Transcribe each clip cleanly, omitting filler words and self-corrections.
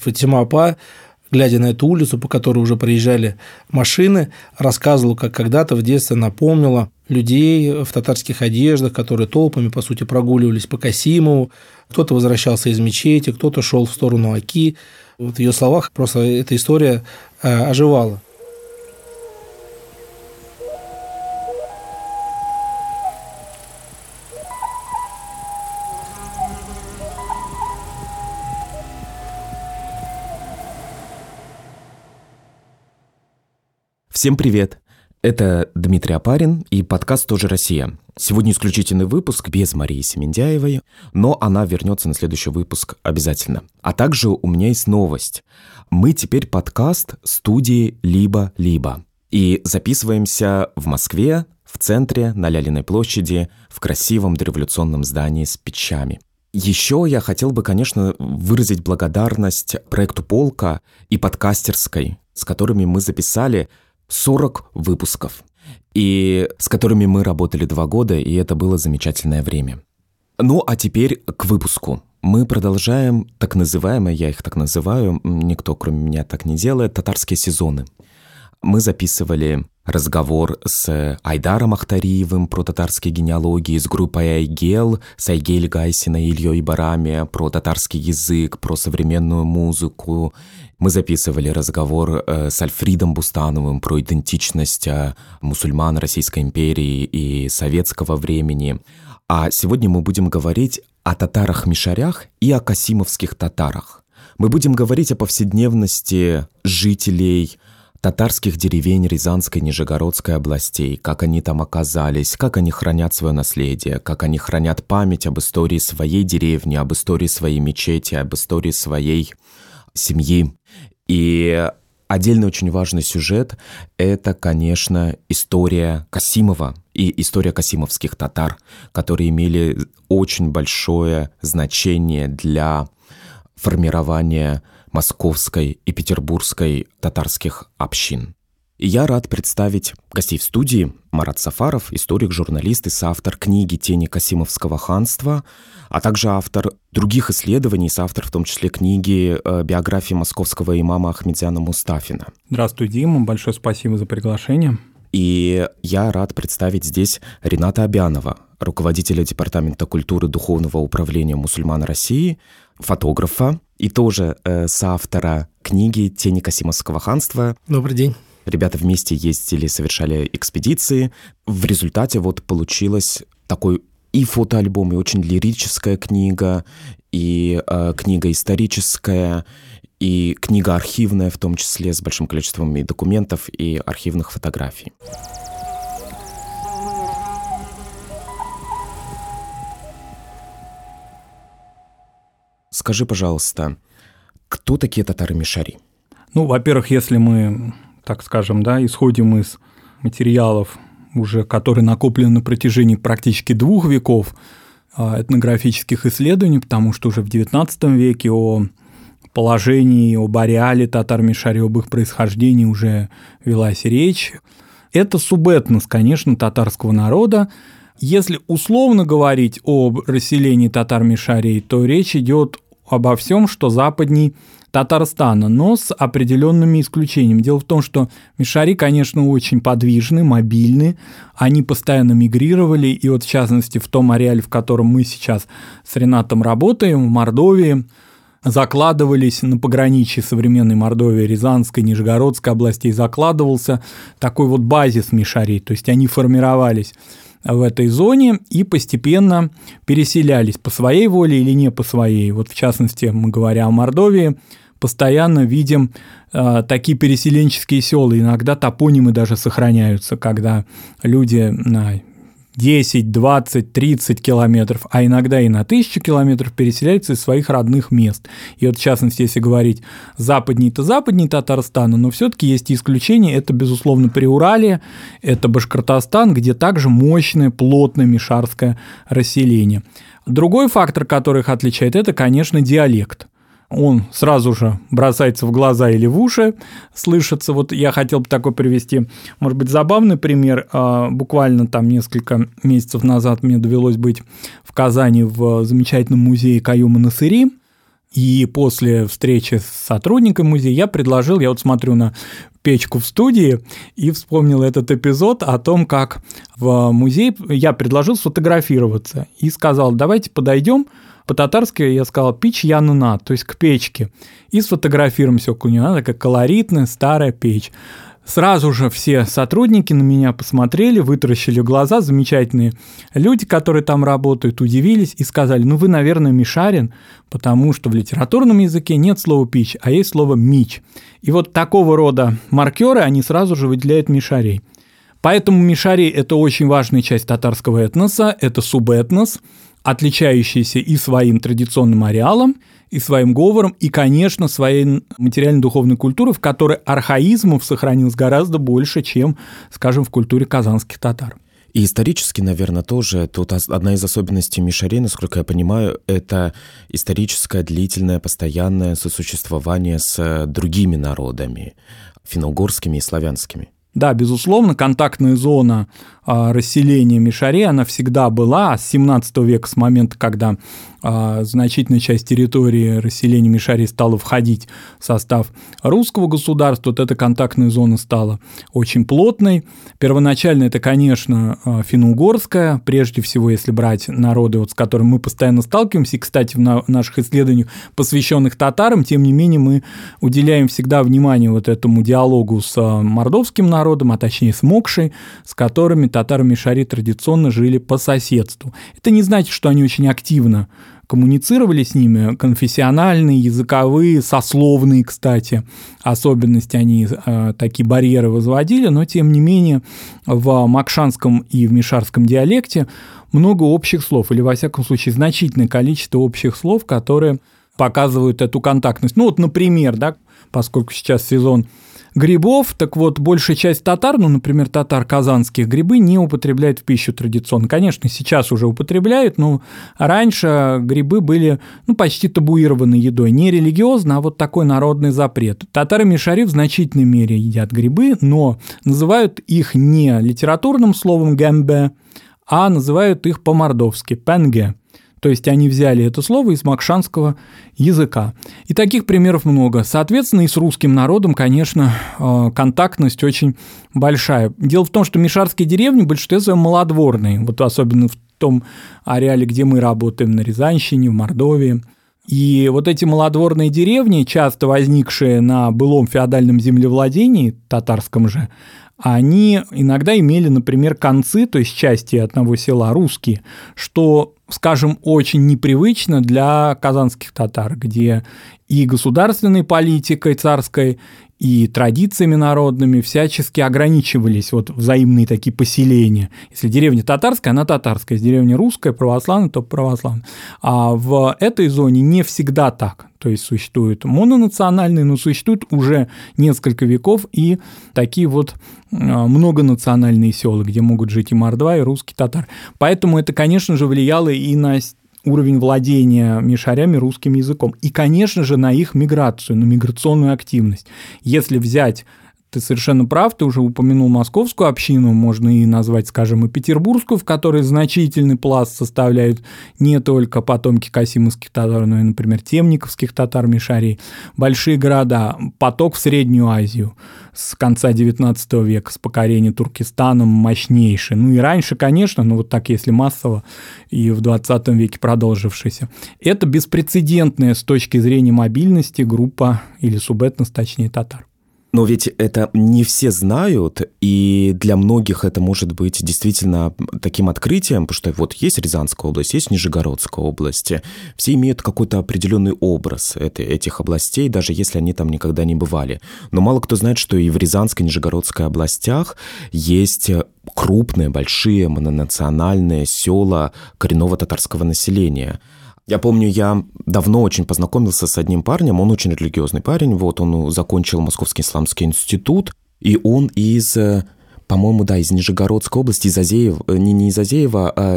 Фатима Апа, глядя на эту улицу, по которой уже проезжали машины, рассказывала, как когда-то в детстве она помнила людей в татарских одеждах, которые толпами, по сути, прогуливались по Касимову. Кто-то возвращался из мечети, кто-то шел в сторону Оки. Вот в ее словах просто эта история оживала. Всем привет! Это Дмитрий Опарин и подкаст «Тоже Россия». Сегодня исключительный выпуск без Марии Семендяевой, но она вернется на следующий выпуск обязательно. А также у меня есть новость. Мы теперь подкаст студии «Либо-либо». И записываемся в Москве, в центре, на Лялиной площади, в красивом дореволюционном здании с печами. Еще я хотел бы, конечно, выразить благодарность проекту «Полка» и подкастерской, с которыми мы записали 40 выпусков, и с которыми мы работали 2 года, и это было замечательное время. Ну, а теперь к выпуску. Мы продолжаем так называемые, я их так называю, никто кроме меня так не делает, татарские сезоны. Мы записывали разговор с Айдаром Ахтариевым про татарские генеалогии, с группой Айгел, с Айгель Гайсиной и Ильей Барами про татарский язык, про современную музыку. Мы записывали разговор с Альфридом Бустановым про идентичность мусульман Российской империи и советского времени. А сегодня мы будем говорить о татарах-мишарях и о касимовских татарах. Мы будем говорить о повседневности жителей татарских деревень Рязанской и Нижегородской областей, как они там оказались, как они хранят свое наследие, как они хранят память об истории своей деревни, об истории своей мечети, об истории своей семьи. И отдельно очень важный сюжет – это, конечно, история Касимова и история касимовских татар, которые имели очень большое значение для формирования московской и петербургской татарских общин. И я рад представить гостей в студии. Марат Сафаров, историк, журналист и соавтор книги «Тени Касимовского ханства», а также автор других исследований, соавтор в том числе книги биографии московского имама Ахмедзяна Мустафина. Здравствуй, Дима, большое спасибо за приглашение. И я рад представить здесь Рената Абянова, руководителя Департамента культуры Духовного управления мусульман России, фотографа и тоже соавтора книги «Тени Касимовского ханства». Добрый день. Ребята вместе ездили, совершали экспедиции. В результате вот получилось такой и фотоальбом, и очень лирическая книга, и книга историческая, и книга архивная, в том числе с большим количеством и документов, и архивных фотографий. Скажи, пожалуйста, кто такие татары-мишари? Ну, во-первых, если мы, так скажем, исходим из материалов, уже которые накоплены на протяжении практически 2 веков этнографических исследований, потому что уже в XIX веке о положении, об ареале татар-мишари, об их происхождении уже велась речь. Это субэтнос, конечно, татарского народа. Если условно говорить об расселении татар-мишарей, то речь идет обо всем, что западней Татарстана, но с определенными исключениями. Дело в том, что мишари, конечно, очень подвижны, мобильны, они постоянно мигрировали, и вот в частности в том ареале, в котором мы сейчас с Ренатом работаем, в Мордовии, закладывались на пограничье современной Мордовии, Рязанской, Нижегородской областей, закладывался такой вот базис мишарей, то есть они формировались в этой зоне и постепенно переселялись по своей воле или не по своей. Вот в частности, мы говоря о Мордовии, постоянно видим такие переселенческие села, иногда топонимы даже сохраняются, когда люди на 10, 20, 30 километров, а иногда и на 1000 километров переселяются из своих родных мест. И вот в частности, если говорить западней, то западней Татарстана, но все-таки есть исключения, это, безусловно, Приуралье, это Башкортостан, где также мощное, плотное мишарское расселение. Другой фактор, который их отличает, это, конечно, диалект. Он сразу же бросается в глаза или в уши, слышится. Вот я хотел бы такой привести, может быть, забавный пример. Буквально там несколько месяцев назад мне довелось быть в Казани в замечательном музее Каюма Насыри. И после встречи с сотрудником музея я предложил, я вот смотрю на печку в студии и вспомнил этот эпизод о том, как в музей я предложил сфотографироваться и сказал, давайте подойдем. По-татарски я сказал «пич янына», то есть к печке, и сфотографируемся около нее. Она такая колоритная старая печь. Сразу же все сотрудники на меня посмотрели, вытаращили глаза, замечательные люди, которые там работают, удивились и сказали, ну вы, наверное, мишарин, потому что в литературном языке нет слова «пич», а есть слово «мич». И вот такого рода маркеры, они сразу же выделяют мишарей. Поэтому мишарей – это очень важная часть татарского этноса, это субэтнос, отличающийся и своим традиционным ареалом, и своим говором, и, конечно, своей материально-духовной культурой, в которой архаизмов сохранилось гораздо больше, чем, скажем, в культуре казанских татар. И исторически, наверное, тоже тут одна из особенностей мишарей, насколько я понимаю, это историческое, длительное, постоянное сосуществование с другими народами, финно-угорскими и славянскими. Да, безусловно, контактная зона расселения мишарей, она всегда была с 17 века, с момента, когда значительная часть территории расселения мишарей стала входить в состав русского государства, вот эта контактная зона стала очень плотной. Первоначально это, конечно, финно-угорская, прежде всего, если брать народы, вот, с которыми мы постоянно сталкиваемся, и, кстати, в наших исследованиях, посвященных татарам, тем не менее, мы уделяем всегда внимание вот этому диалогу с мордовским народом, а точнее с Мокшей, с которыми татаро-мишари традиционно жили по соседству. Это не значит, что они очень активно коммуницировали с ними, конфессиональные, языковые, сословные, кстати, особенности, они такие барьеры возводили, но, тем не менее, в макшанском и в мишарском диалекте много общих слов, или, во всяком случае, значительное количество общих слов, которые показывают эту контактность. Ну, вот, например, да, поскольку сейчас сезон грибов, так вот, большая часть татар, ну, например, татар казанских, грибы не употребляют в пищу традиционно. Конечно, сейчас уже употребляют, но раньше грибы были, ну, почти табуированной едой. Не религиозно, а вот такой народный запрет. Татары-мишари в значительной мере едят грибы, но называют их не литературным словом «гэмбе», а называют их по-мордовски «пенге». То есть они взяли это слово из макшанского языка. И таких примеров много. Соответственно, и с русским народом, конечно, контактность очень большая. Дело в том, что мишарские деревни в большинстве своем малодворные, вот особенно в том ареале, где мы работаем, на Рязанщине, в Мордовии. И вот эти малодворные деревни, часто возникшие на былом феодальном землевладении, татарском же, они иногда имели, например, концы, то есть части одного села русские, что, скажем, очень непривычно для казанских татар, где и государственной политикой царской, и традициями народными всячески ограничивались вот взаимные такие поселения. Если деревня татарская, она татарская, если деревня русская, православная, то православная. А в этой зоне не всегда так. То есть существуют мононациональные, но существуют уже несколько веков и такие вот многонациональные села, где могут жить и мордва, и русский татар. Поэтому это, конечно же, влияло и на уровень владения мишарями русским языком. И, конечно же, на их миграцию, на миграционную активность. Если взять, ты совершенно прав, ты уже упомянул московскую общину, можно и назвать, скажем, и петербургскую, в которой значительный пласт составляют не только потомки касимовских татар, но и, например, темниковских татар-мишарей. Большие города, поток в Среднюю Азию с конца XIX века, с покорения Туркестаном мощнейший. Ну и раньше, конечно, но вот так, если массово, и в XX веке продолжившийся. Это беспрецедентная с точки зрения мобильности группа, или субэтнос, точнее, татар. Но ведь это не все знают, и для многих это может быть действительно таким открытием, потому что вот есть Рязанская область, есть Нижегородская область, все имеют какой-то определенный образ этих областей, даже если они там никогда не бывали. Но мало кто знает, что и в Рязанской, Нижегородской областях есть крупные, большие мононациональные села коренного татарского населения. Я помню, я давно очень познакомился с одним парнем, он очень религиозный парень, вот он закончил Московский исламский институт, и он из, по-моему, да, из Нижегородской области, из Азеева, не из Азеева, а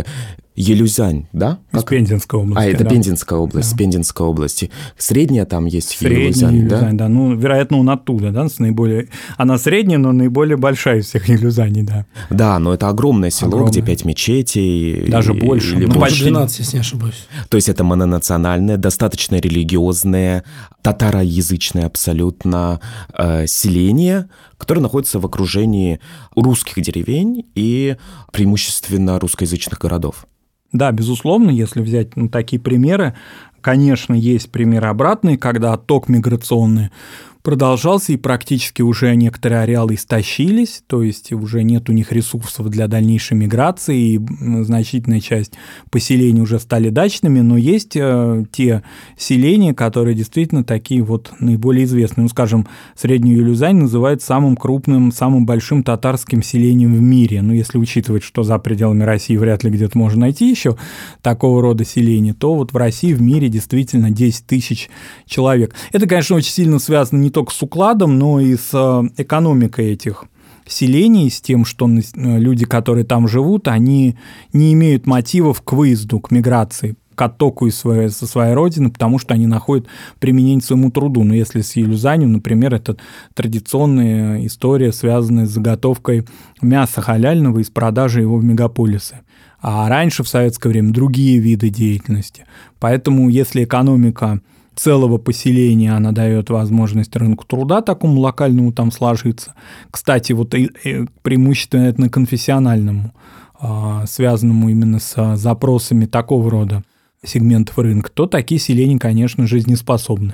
Елюзань, да? Из Пензенской области. Это да. Пензенская область, Да. Пензенской области. Средняя там есть Средняя Елюзань, Елюзань, да? Ну, вероятно, он оттуда, да, она средняя, но наиболее большая из всех Елюзаней, да. Да, но это огромное село, где 5 мечетей. Даже больше. Или Почти 12, если не ошибаюсь. То есть это мононациональное, достаточно религиозное, татароязычное абсолютно селение, которое находится в окружении русских деревень и преимущественно русскоязычных городов. Да, безусловно, если взять такие примеры, конечно, есть примеры обратные, когда отток миграционный продолжался, и практически уже некоторые ареалы истощились, то есть уже нет у них ресурсов для дальнейшей миграции, и значительная часть поселений уже стали дачными, но есть те селения, которые действительно такие вот наиболее известные. Ну, скажем, Среднюю Елюзань называют самым крупным, самым большим татарским селением в мире. Ну, если учитывать, что за пределами России вряд ли где-то можно найти еще такого рода селения, то вот в России, в мире действительно 10 тысяч человек. Это, конечно, очень сильно связано не только с укладом, но и с экономикой этих селений, с тем, что люди, которые там живут, они не имеют мотивов к выезду, к миграции, к оттоку со своей родины, потому что они находят применение своему труду. Но если с Елюзанью, например, это традиционная история, связанная с заготовкой мяса халяльного и с продажей его в мегаполисы. А раньше, в советское время, другие виды деятельности. Поэтому, если экономика целого поселения, она дает возможность рынку труда такому локальному там сложиться. Кстати, вот преимущественно этноконфессиональному, связанному именно с запросами такого рода сегментов рынка, то такие селения, конечно, жизнеспособны.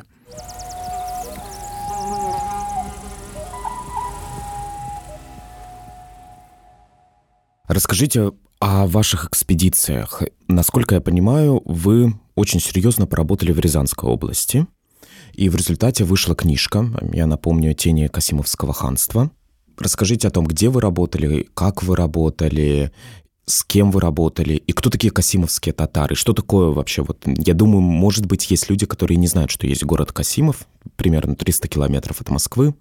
Расскажите о ваших экспедициях. Насколько я понимаю, вы очень серьезно поработали в Рязанской области, и в результате вышла книжка, я напомню, «Тени Касимовского ханства». Расскажите о том, где вы работали, как вы работали, с кем вы работали, и кто такие касимовские татары, что такое вообще? Вот, я думаю, может быть, есть люди, которые не знают, что есть город Касимов, примерно 300 километров от Москвы,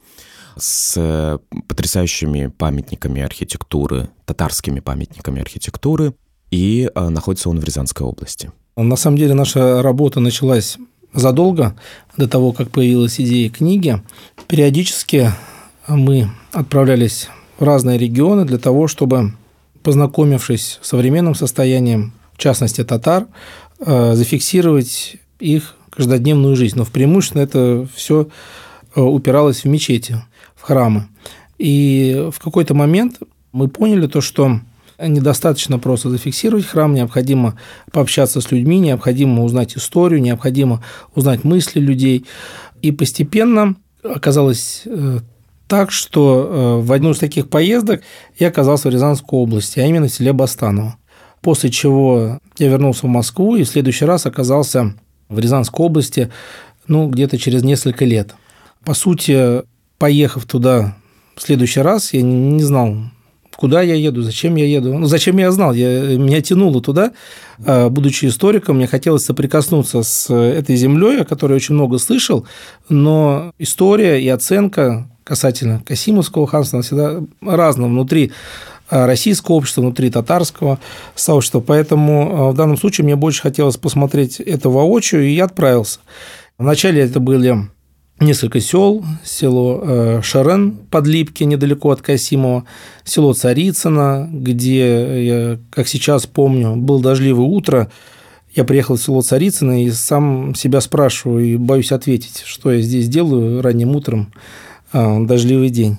с потрясающими памятниками архитектуры, татарскими памятниками архитектуры, и находится он в Рязанской области. На самом деле наша работа началась задолго до того, как появилась идея книги. Периодически мы отправлялись в разные регионы для того, чтобы, познакомившись с современным состоянием, в частности татар, зафиксировать их каждодневную жизнь. Но преимущественно это все упиралось в мечети, в храмы. И в какой-то момент мы поняли то, что недостаточно просто зафиксировать храм, необходимо пообщаться с людьми, необходимо узнать историю, необходимо узнать мысли людей. И постепенно оказалось так, что в одну из таких поездок я оказался в Рязанской области, а именно в селе Бастаново. После чего я вернулся в Москву и в следующий раз оказался в Рязанской области где-то через несколько лет. По сути, поехав туда в следующий раз, я не знал, куда я еду, зачем я еду. Зачем я знал? Меня тянуло туда. Будучи историком, мне хотелось соприкоснуться с этой землей, о которой я очень много слышал, но история и оценка касательно Касимовского ханства всегда разная внутри российского общества, внутри татарского сообщества. Поэтому в данном случае мне больше хотелось посмотреть это воочию, и я отправился. Вначале это были несколько сел: село Шарен под Липки, недалеко от Касимова, село Царицыно, где, я, как сейчас помню, было дождливое утро. Я приехал в село Царицыно и сам себя спрашиваю, и боюсь ответить, что я здесь делаю ранним утром, дождливый день.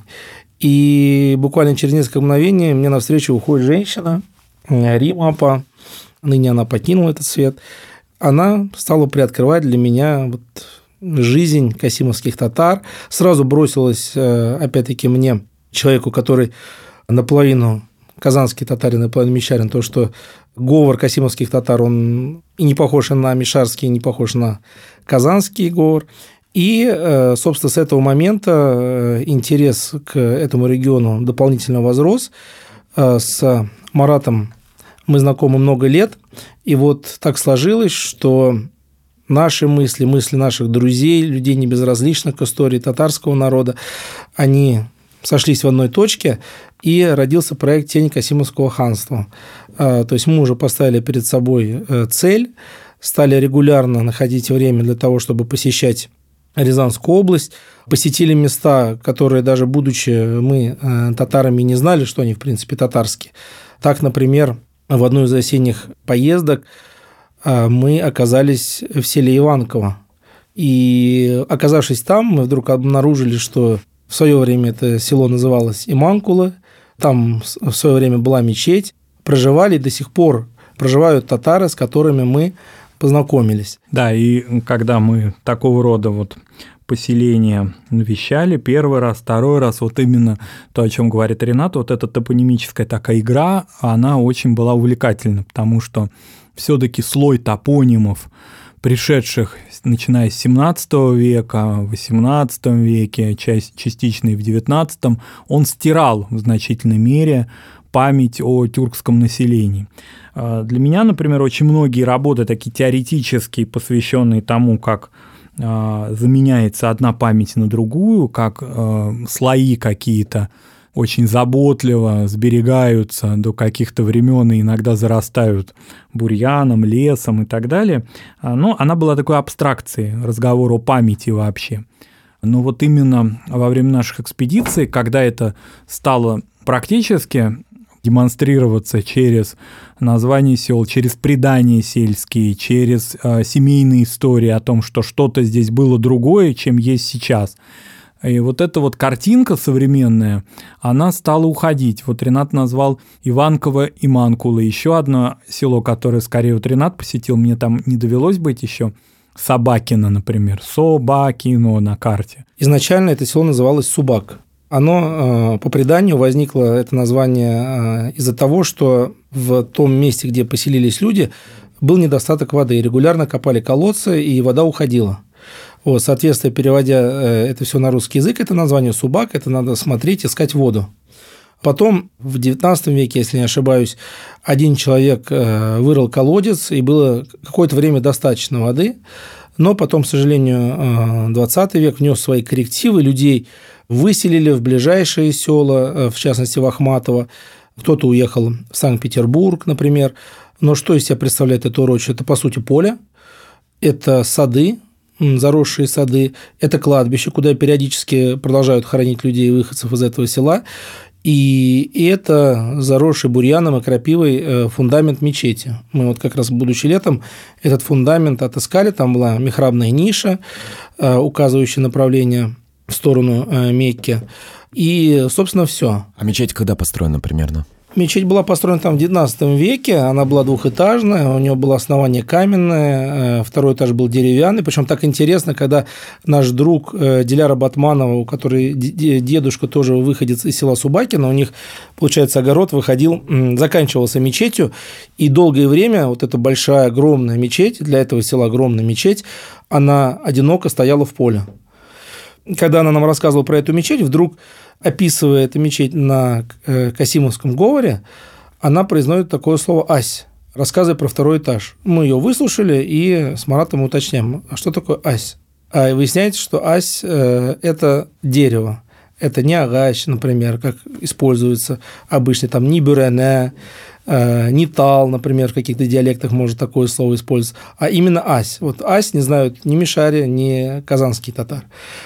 И буквально через несколько мгновений мне навстречу уходит женщина, Рима, ныне она покинула этот свет. Она стала приоткрывать для меня жизнь касимовских татар. Сразу бросилась, опять-таки, мне, человеку, который наполовину казанский татарин, наполовину мещанин, то, что говор касимовских татар, он и не похож на мещарский, и не похож на казанский говор. И, собственно, с этого момента интерес к этому региону дополнительно возрос. С Маратом мы знакомы много лет, и вот так сложилось, что наши мысли наших друзей, людей, не безразличных к истории татарского народа, они сошлись в одной точке, и родился проект «Тень Касимовского ханства». То есть мы уже поставили перед собой цель, стали регулярно находить время для того, чтобы посещать Рязанскую область, посетили места, которые даже будучи мы татарами не знали, что они в принципе татарские. Так, например, в одной из осенних поездок мы оказались в селе Иванково. И оказавшись там, мы вдруг обнаружили, что в свое время это село называлось Иманкулы, там в свое время была мечеть, проживали и до сих пор проживают татары, с которыми мы познакомились. Да, и когда мы такого рода поселения навещали первый раз, второй раз, вот именно то, о чем говорит Ренат, вот эта топонимическая такая игра, она очень была увлекательна, потому что все-таки слой топонимов, пришедших, начиная с 17 века, в 18 веке, частично и в 19, он стирал в значительной мере память о тюркском населении. Для меня, например, очень многие работы, такие теоретические, посвященные тому, как заменяется одна память на другую, как слои какие-то очень заботливо сберегаются до каких-то времен и иногда зарастают бурьяном, лесом и так далее. Но она была такой абстракцией, разговор о памяти вообще. Но вот именно во время наших экспедиций, когда это стало практически демонстрироваться через названия сел, через предания сельские, через семейные истории о том, что что-то здесь было другое, чем есть сейчас. И вот эта вот картинка современная, она стала уходить. Вот Ренат назвал Иванково Иманкулы. Еще одно село, которое скорее вот Ренат посетил, мне там не довелось быть еще, Собакино, например. Собакино на карте. Изначально это село называлось Субак. Оно, по преданию, возникло, это название, из-за того, что в том месте, где поселились люди, был недостаток воды. Регулярно копали колодцы, и вода уходила. Вот, соответственно, переводя это все на русский язык, это название Субак, это надо смотреть, искать воду. Потом в XIX веке, если не ошибаюсь, один человек вырыл колодец, и было какое-то время достаточно воды, но потом, к сожалению, XX век внес свои коррективы, людей выселили в ближайшие села, в частности, в Ахматово, кто-то уехал в Санкт-Петербург, например. Но что из себя представляет это урочище? Это, по сути, поле, это сады, заросшие сады, это кладбище, куда периодически продолжают хоронить людей, выходцев из этого села, и это заросший бурьяном и крапивой фундамент мечети. Мы вот как раз, будучи летом, этот фундамент отыскали, там была михрабная ниша, указывающая направление в сторону Мекки, и, собственно, все. А мечеть когда построена примерно? Мечеть была построена там в XIX веке, она была двухэтажная, у нее было основание каменное, второй этаж был деревянный, причем так интересно, когда наш друг Диляра Батманова, у которой дедушка тоже выходец из села Субакино, у них, получается, огород заканчивался мечетью, и долгое время вот эта большая, огромная мечеть, для этого села огромная мечеть, она одиноко стояла в поле. Когда она нам рассказывала про эту мечеть, вдруг, описывая эту мечеть на касимовском говоре, она произносит такое слово «ась», рассказывая про второй этаж. Мы ее выслушали и с Маратом уточняем, а что такое «ась»? А выясняется, что «ась» – это дерево. Это не агач, например, как используется обычно, там не бюрене, не тал, например, в каких-то диалектах может такое слово использоваться, а именно ась. Вот ась не знают ни мишари, ни казанские татар.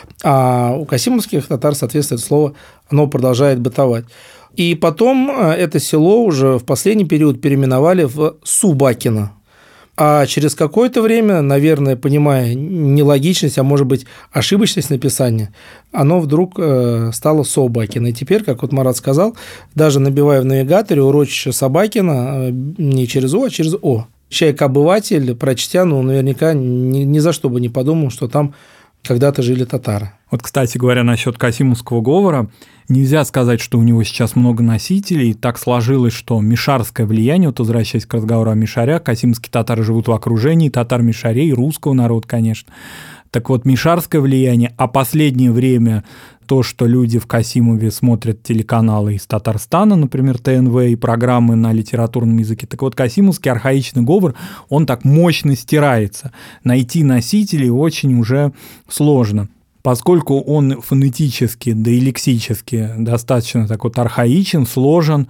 А у касимовских татар, соответственно, это слово, оно продолжает бытовать. И потом это село уже в последний период переименовали в Субакино. А через какое-то время, наверное, понимая нелогичность, а может быть ошибочность написания, оно вдруг стало Собакино. И теперь, как вот Марат сказал, даже набивая в навигаторе урочище Собакино не через О, а через О. Человек-обыватель, прочтя, наверняка ни за что бы не подумал, что там когда-то жили татары. Вот, кстати говоря, насчет касимовского говора, нельзя сказать, что у него сейчас много носителей. Так сложилось, что мишарское влияние, вот возвращаясь к разговору о мишарях, касимовские татары живут в окружении татар-мишарей, русского народа, конечно. Так вот, мишарское влияние, а последнее время то, что люди в Касимове смотрят телеканалы из Татарстана, например, ТНВ, и программы на литературном языке, так вот, касимовский архаичный говор, он так мощно стирается. Найти носителей очень уже сложно. поскольку он фонетически, да и лексически достаточно такой архаичен, сложен,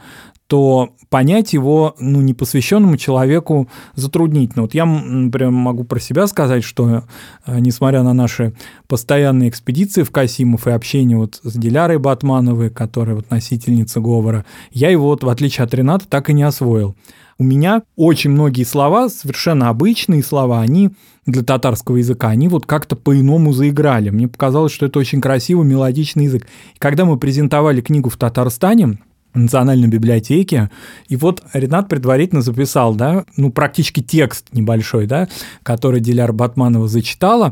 то понять его непосвященному человеку затруднительно. Вот я, например, могу про себя сказать, что несмотря на наши постоянные экспедиции в Касимов и общение вот с Дилярой Батмановой, которая вот носительница говора, я его, в отличие от Рената, так и не освоил. У меня очень многие слова, совершенно обычные слова, они для татарского языка, они вот как-то по-иному заиграли. Мне показалось, что это очень красивый, мелодичный язык. И когда мы презентовали книгу в Татарстане, в Национальной библиотеке, и вот Ренат предварительно записал, практически текст небольшой, который Диляра Батманова зачитала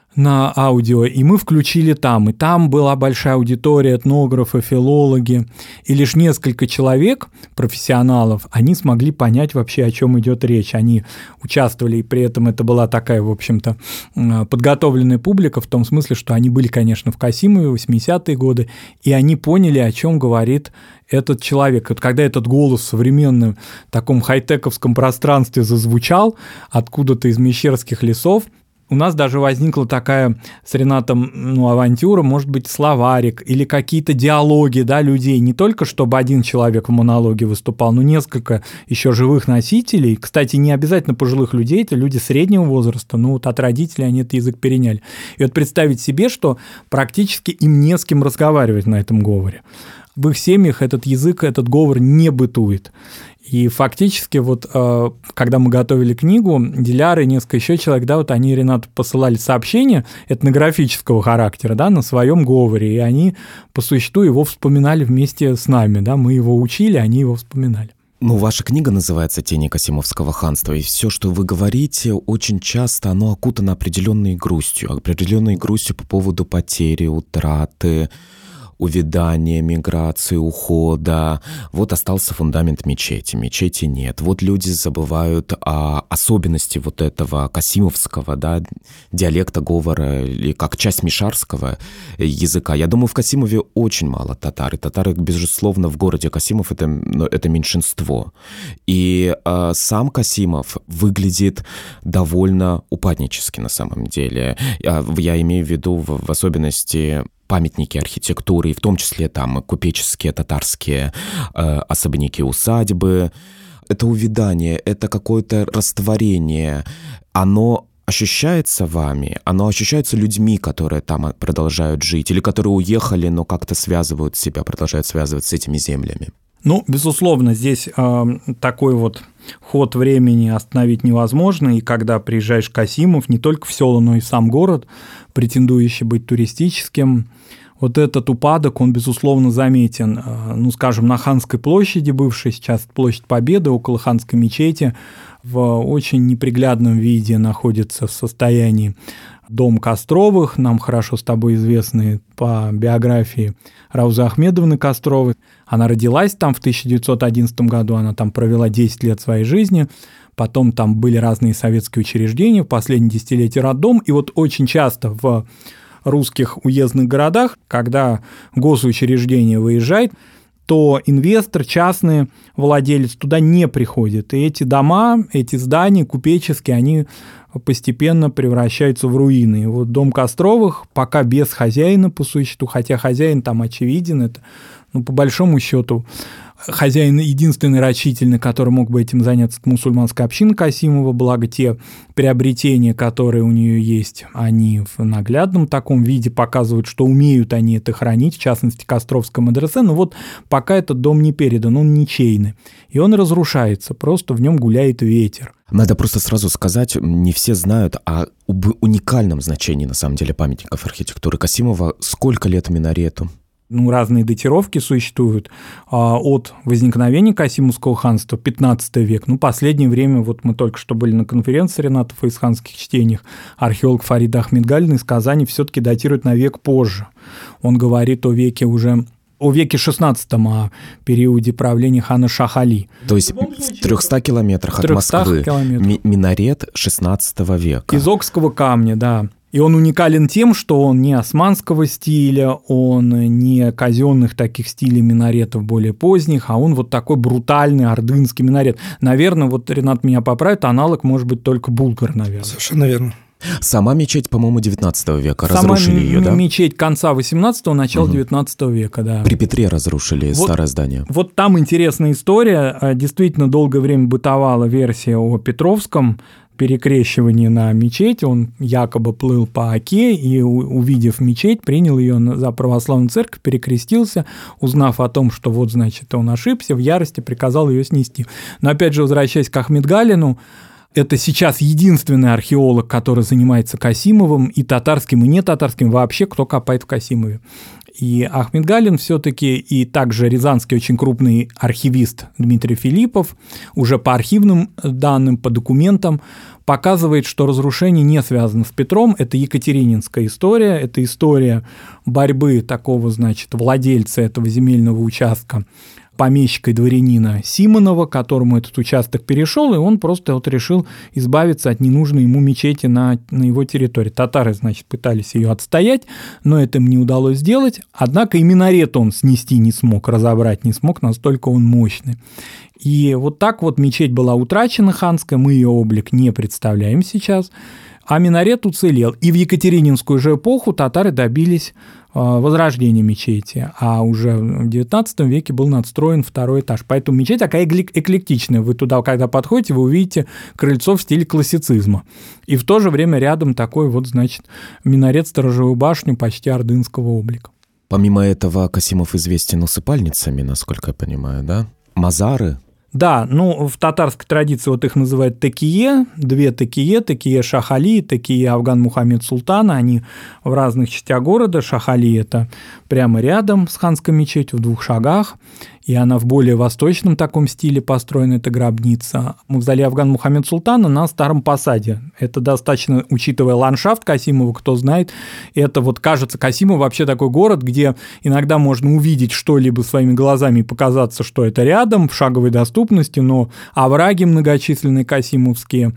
на аудио, и мы включили там. И там была большая аудитория, этнографы, филологи, и лишь несколько человек, профессионалов, они смогли понять вообще, о чем идет речь. Они участвовали, и при этом это была такая, в общем-то, подготовленная публика, в том смысле, что они были, конечно, в Касимове, 80-е годы, и они поняли, о чем говорит этот человек. Вот когда этот голос в современном таком хай-тековском пространстве зазвучал откуда-то из мещерских лесов, у нас даже возникла такая с Ренатом авантюра, может быть, словарик или какие-то диалоги людей, не только чтобы один человек в монологе выступал, но несколько еще живых носителей. Кстати, не обязательно пожилых людей, это люди среднего возраста, от родителей они этот язык переняли. И вот представить себе, что практически им не с кем разговаривать на этом говоре. В их семьях этот язык, этот говор не бытует. И фактически когда мы готовили книгу, Диляра и несколько еще человек, они Ренату посылали сообщения этнографического характера, на своем говоре, и они по существу его вспоминали вместе с нами, мы его учили, они его вспоминали. Ваша книга называется «Тени Касимовского ханства», и все, что вы говорите, очень часто оно окутано определенной грустью по поводу потери, утраты, увядания, миграции, ухода. Вот остался фундамент мечети нет. Вот люди забывают о особенности вот этого касимовского, диалекта говора, или как часть мишарского языка. Я думаю, в Касимове очень мало татар. И татары, безусловно, в городе Касимов это меньшинство. И сам Касимов выглядит довольно упаднически на самом деле. Я имею в виду в особенности памятники архитектуры, и в том числе там купеческие татарские особняки, усадьбы. Это увядание, это какое-то растворение. Оно ощущается вами, оно ощущается людьми, которые там продолжают жить, или которые уехали, но как-то продолжают связывать с этими землями. Безусловно, здесь такой ход времени остановить невозможно, и когда приезжаешь в Касимов, не только в село, но и в сам город, претендующий быть туристическим, этот упадок, он, безусловно, заметен. Скажем, на Ханской площади, бывшей сейчас площадь Победы, около Ханской мечети, в очень неприглядном виде находится в состоянии дом Костровых, нам хорошо с тобой известный по биографии Раузы Ахмедовны Костровой. Она родилась там в 1911 году, она там провела 10 лет своей жизни, потом там были разные советские учреждения, в последние десятилетия роддом, и очень часто в русских уездных городах, когда госучреждение выезжает, то инвестор, частный владелец туда не приходит. И эти дома, эти здания купеческие, они постепенно превращаются в руины. И дом Костровых пока без хозяина по существу, хотя хозяин там очевиден, это, по большому счету, хозяин единственный рачительный, который мог бы этим заняться, это мусульманская община Касимова, благо те приобретения, которые у нее есть, они в наглядном таком виде показывают, что умеют они это хранить, в частности, Костровская медресе, но пока этот дом не передан, он ничейный, и он разрушается, просто в нем гуляет ветер. Надо просто сразу сказать, не все знают об уникальном значении, на самом деле, памятников архитектуры Касимова. Сколько лет минарету? Разные датировки существуют от возникновения Касимовского ханства, 15 век. Последнее время, мы только что были на конференции Рената в фаизханских чтениях, археолог Фарид Ахмедгалин из Казани все-таки датирует на век позже. Он говорит о веке XVI, о периоде правления хана Шах-Али. То есть в 300 километрах от Москвы минарет XVI века. Из окского камня, да. И он уникален тем, что он не османского стиля, он не казенных таких стилей минаретов более поздних, а он такой брутальный ордынский минарет. Наверное, Ренат меня поправит, аналог может быть только Булгар, наверное. Совершенно верно. Сама мечеть, по-моему, 19 века. Разрушили ее, да? Сама мечеть конца 18-го, начала 19 века, да. При Петре разрушили старое здание. Вот там интересная история. Действительно, долгое время бытовала версия о Петровском перекрещивании на мечеть. Он якобы плыл по Оке и, увидев мечеть, принял ее за православную церковь, перекрестился, узнав о том, что вот, значит, он ошибся, в ярости приказал ее снести. Но, опять же, возвращаясь к Ахметгалину, это сейчас единственный археолог, который занимается Касимовым, и татарским, и не татарским, вообще кто копает в Касимове. И Ахметгалин все-таки, и также рязанский очень крупный архивист Дмитрий Филиппов, уже по архивным данным, по документам, показывает, что разрушение не связано с Петром, это екатерининская история, это история борьбы такого, значит, владельца этого земельного участка, помещика и дворянина Симонова, которому этот участок перешел, и он просто вот решил избавиться от ненужной ему мечети на его территории. Татары, значит, пытались ее отстоять, но это им не удалось сделать, однако и минарет он снести не смог, разобрать не смог, настолько он мощный. И вот так вот мечеть была утрачена ханская, мы ее облик не представляем сейчас, а минарет уцелел. И в екатерининскую же эпоху татары добились возрождения мечети, а уже в XIX веке был надстроен второй этаж. Поэтому мечеть такая эклектичная. Вы туда, когда подходите, вы увидите крыльцо в стиле классицизма. И в то же время рядом такой вот, значит, минарет, сторожевую башню почти ордынского облика. Помимо этого, Касимов известен усыпальницами, насколько я понимаю, да? Мазары. Да, ну, в татарской традиции вот их называют такие, две такие Шах-Али, такие Афган Мухаммед Султана, они в разных частях города. Шах-Али – это прямо рядом с ханской мечетью, в 2 шагах, и она в более восточном таком стиле построена, это гробница. Мавзолей Афган Мухаммед Султана на Старом Посаде. Это достаточно, учитывая ландшафт Касимова, кто знает, это вот кажется, Касимов вообще такой город, где иногда можно увидеть что-либо своими глазами и показаться, что это рядом, в шаговой доступности, но овраги многочисленные касимовские,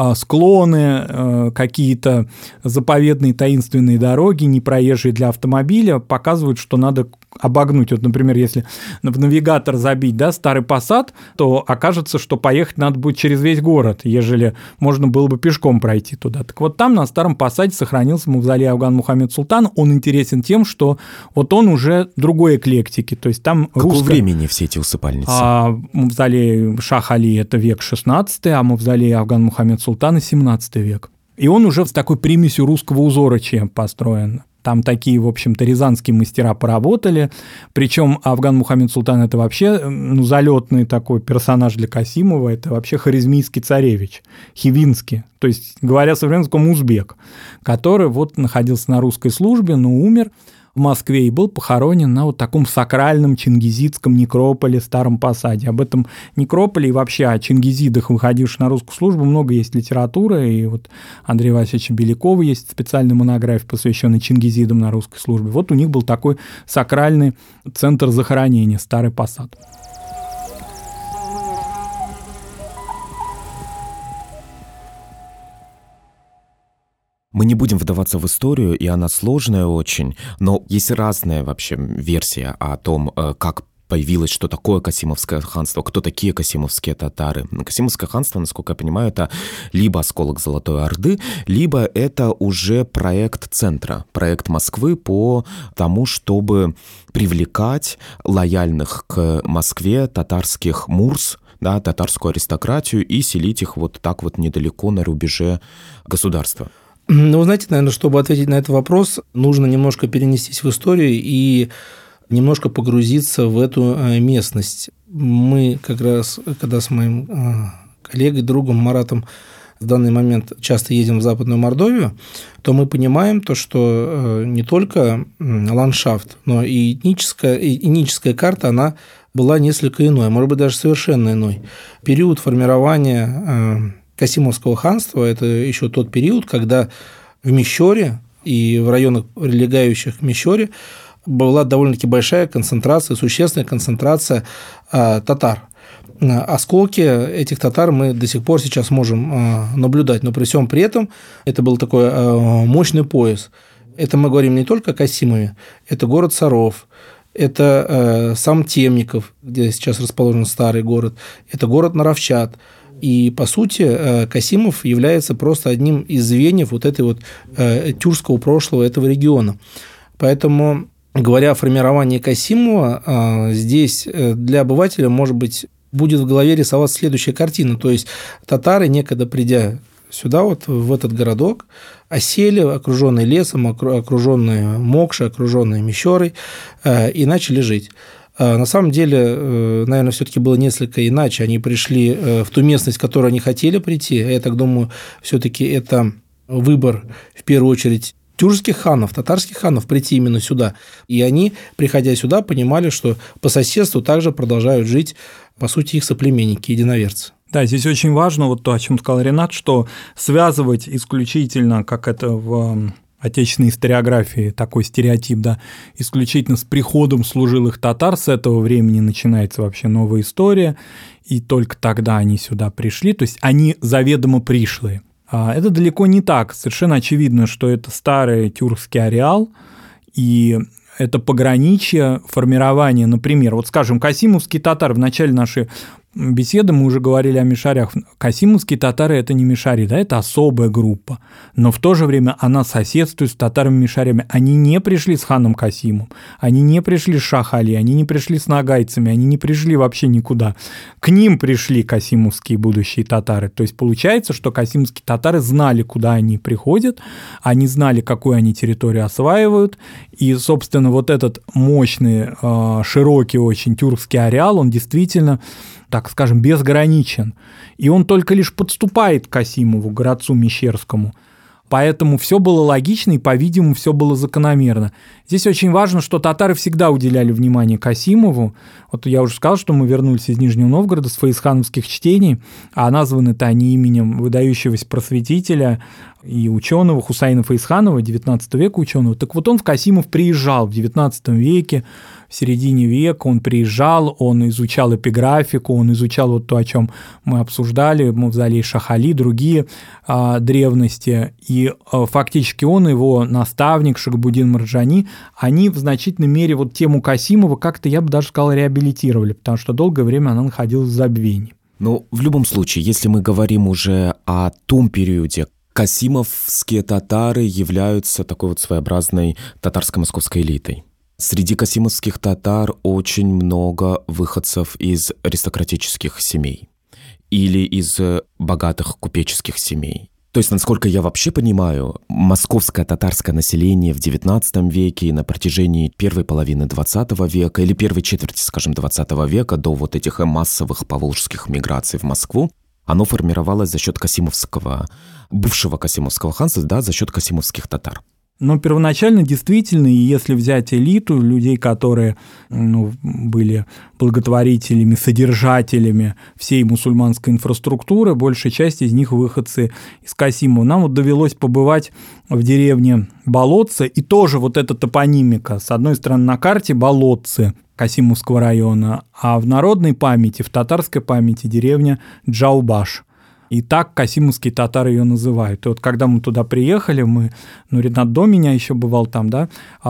склоны, какие-то заповедные таинственные дороги, непроезжие для автомобиля, показывают, что надо обогнуть. Вот, например, если в навигатор забить, да, Старый Посад, то окажется, что поехать надо будет через весь город, ежели можно было бы пешком пройти туда. Так вот там на Старом Посаде сохранился мавзолей Афган Мухаммед Султан. Он интересен тем, что вот он уже другой эклектики, то есть там Какого времени все эти усыпальницы? Мавзолей Шах-Али – это век 16, а мавзолей Афган Мухаммед Султана – 17 век. И он уже с такой примесью русского узорочья построен. Там такие, в общем-то, рязанские мастера поработали. Причем Афган Мухаммед Султан – это вообще залетный такой персонаж для Касимова. Это вообще харизмийский царевич, хивинский, то есть, говоря современным, узбек, который вот находился на русской службе, но умер в Москве и был похоронен на вот таком сакральном чингизидском некрополе Старом Посаде. Об этом некрополе и вообще о чингизидах, выходивших на русскую службу, много есть литературы, и вот Андрея Васильевича Белякова есть специальная монография, посвященная чингизидам на русской службе. Вот у них был такой сакральный центр захоронения Старый Посад. Мы не будем вдаваться в историю, и она сложная очень, но есть разная вообще версия о том, как появилось, что такое Касимовское ханство, кто такие касимовские татары. Касимовское ханство, насколько я понимаю, это либо осколок Золотой Орды, либо это уже проект центра, проект Москвы по тому, чтобы привлекать лояльных к Москве татарских мурс, да, татарскую аристократию, и селить их вот так вот недалеко на рубеже государства. Ну, знаете, наверное, чтобы ответить на этот вопрос, нужно немножко перенестись в историю и немножко погрузиться в эту местность. Мы как раз, когда с моим коллегой, другом Маратом в данный момент часто едем в Западную Мордовию, то мы понимаем то, что не только ландшафт, но и этническая карта, она была несколько иной, может быть, даже совершенно иной. Период формирования Касимовского ханства – это еще тот период, когда в Мещере и в районах, прилегающих к Мещере, была довольно-таки большая концентрация, существенная концентрация татар. Осколки этих татар мы до сих пор сейчас можем наблюдать, но при всем при этом это был такой мощный пояс. Это мы говорим не только о Касимове, это город Саров, это сам Темников, где сейчас расположен старый город, это город Наровчат, И, по сути, Касимов является просто одним из звеньев вот этой вот тюркского прошлого этого региона. Поэтому, говоря о формировании Касимова, здесь для обывателя, может быть, будет в голове рисоваться следующая картина. То есть татары, некогда придя сюда, вот в этот городок, осели, окруженные лесом, окруженные Мокшей, окруженные Мещерой, и начали жить. На самом деле, наверное, все-таки было несколько иначе. Они пришли в ту местность, в которую они хотели прийти. Я так думаю, все-таки это выбор, в первую очередь, тюркских ханов, татарских ханов прийти именно сюда. И они, приходя сюда, понимали, что по соседству также продолжают жить, по сути, их соплеменники, единоверцы. Да, здесь очень важно вот то, о чем сказал Ренат, что связывать исключительно, как это в отечественной историографии такой стереотип, да, исключительно с приходом служилых татар, с этого времени начинается вообще новая история, и только тогда они сюда пришли, то есть они заведомо пришлые. Это далеко не так, совершенно очевидно, что это старый тюркский ареал, и это пограничье формирования, например, вот скажем, касимовские татары, в начале нашей беседы мы уже говорили о мишарях. Касимовские татары – это не мишари, да, это особая группа, но в то же время она соседствует с татарами-мишарями. Они не пришли с ханом Касимом, они не пришли с Шах-Али, они не пришли с нагайцами, они не пришли вообще никуда. К ним пришли касимовские будущие татары. То есть получается, что касимовские татары знали, куда они приходят, они знали, какую они территорию осваивают, и, собственно, вот этот мощный, широкий очень тюркский ареал, он действительно, так скажем, безграничен. И он только лишь подступает к Касимову, городцу Мещерскому. Поэтому все было логично и, по-видимому, все было закономерно. Здесь очень важно, что татары всегда уделяли внимание Касимову. Вот я уже сказал, что мы вернулись из Нижнего Новгорода с фаизхановских чтений, а названы-то они именем выдающегося просветителя и ученого Хусайна Фаизханова, XIX века ученого. Так вот он в Касимов приезжал в XIX веке, в середине века он приезжал, он изучал эпиграфику, он изучал вот то, о чем мы обсуждали, мавзолей Шах-Али, другие древности, и фактически он и его наставник Шахбудин Марджани, они в значительной мере вот тему Касимова как-то, я бы даже сказал, реабилитировали, потому что долгое время она находилась в забвении. Но в любом случае, если мы говорим уже о том периоде, касимовские татары являются такой вот своеобразной татарско-московской элитой. Среди касимовских татар очень много выходцев из аристократических семей или из богатых купеческих семей. То есть, насколько я вообще понимаю, московское татарское население в XIX веке и на протяжении первой половины XX века или первой четверти, скажем, XX века до вот этих массовых поволжских миграций в Москву, оно формировалось за счет касимовского, бывшего касимовского ханства, да, за счет касимовских татар. Но первоначально действительно, и если взять элиту, людей, которые были благотворителями, содержателями всей мусульманской инфраструктуры, большая часть из них выходцы из Касимова. Нам вот довелось побывать в деревне Болотце, и тоже вот эта топонимика. С одной стороны, на карте Болотцы Касимовского района, а в народной памяти, в татарской памяти деревня Джаубаш. И так касимовские татары ее называют. И вот когда мы туда приехали, Ренат до меня еще бывал там, да,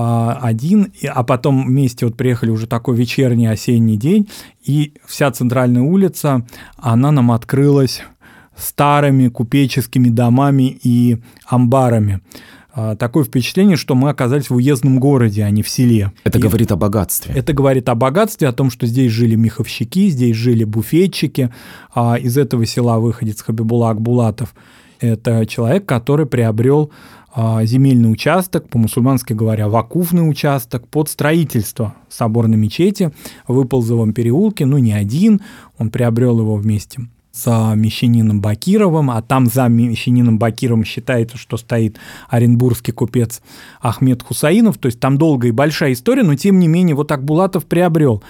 один, а потом вместе вот приехали уже такой вечерний осенний день, и вся центральная улица, она нам открылась старыми купеческими домами и амбарами. Такое впечатление, что мы оказались в уездном городе, а не в селе. Это говорит о богатстве. Это говорит о богатстве, о том, что здесь жили миховщики, здесь жили буфетчики. Из этого села выходец Хабибулла Акбулатов. Это человек, который приобрел земельный участок, по-мусульмански говоря, вакуфный участок под строительство соборной мечети в Выползовом переулке. Не один, он приобрел его вместе с мещанином Бакировым, а там за мещанином Бакировым считается, что стоит оренбургский купец Ахмед Хусаинов, то есть там долгая и большая история, но тем не менее вот Акбулатов приобрел.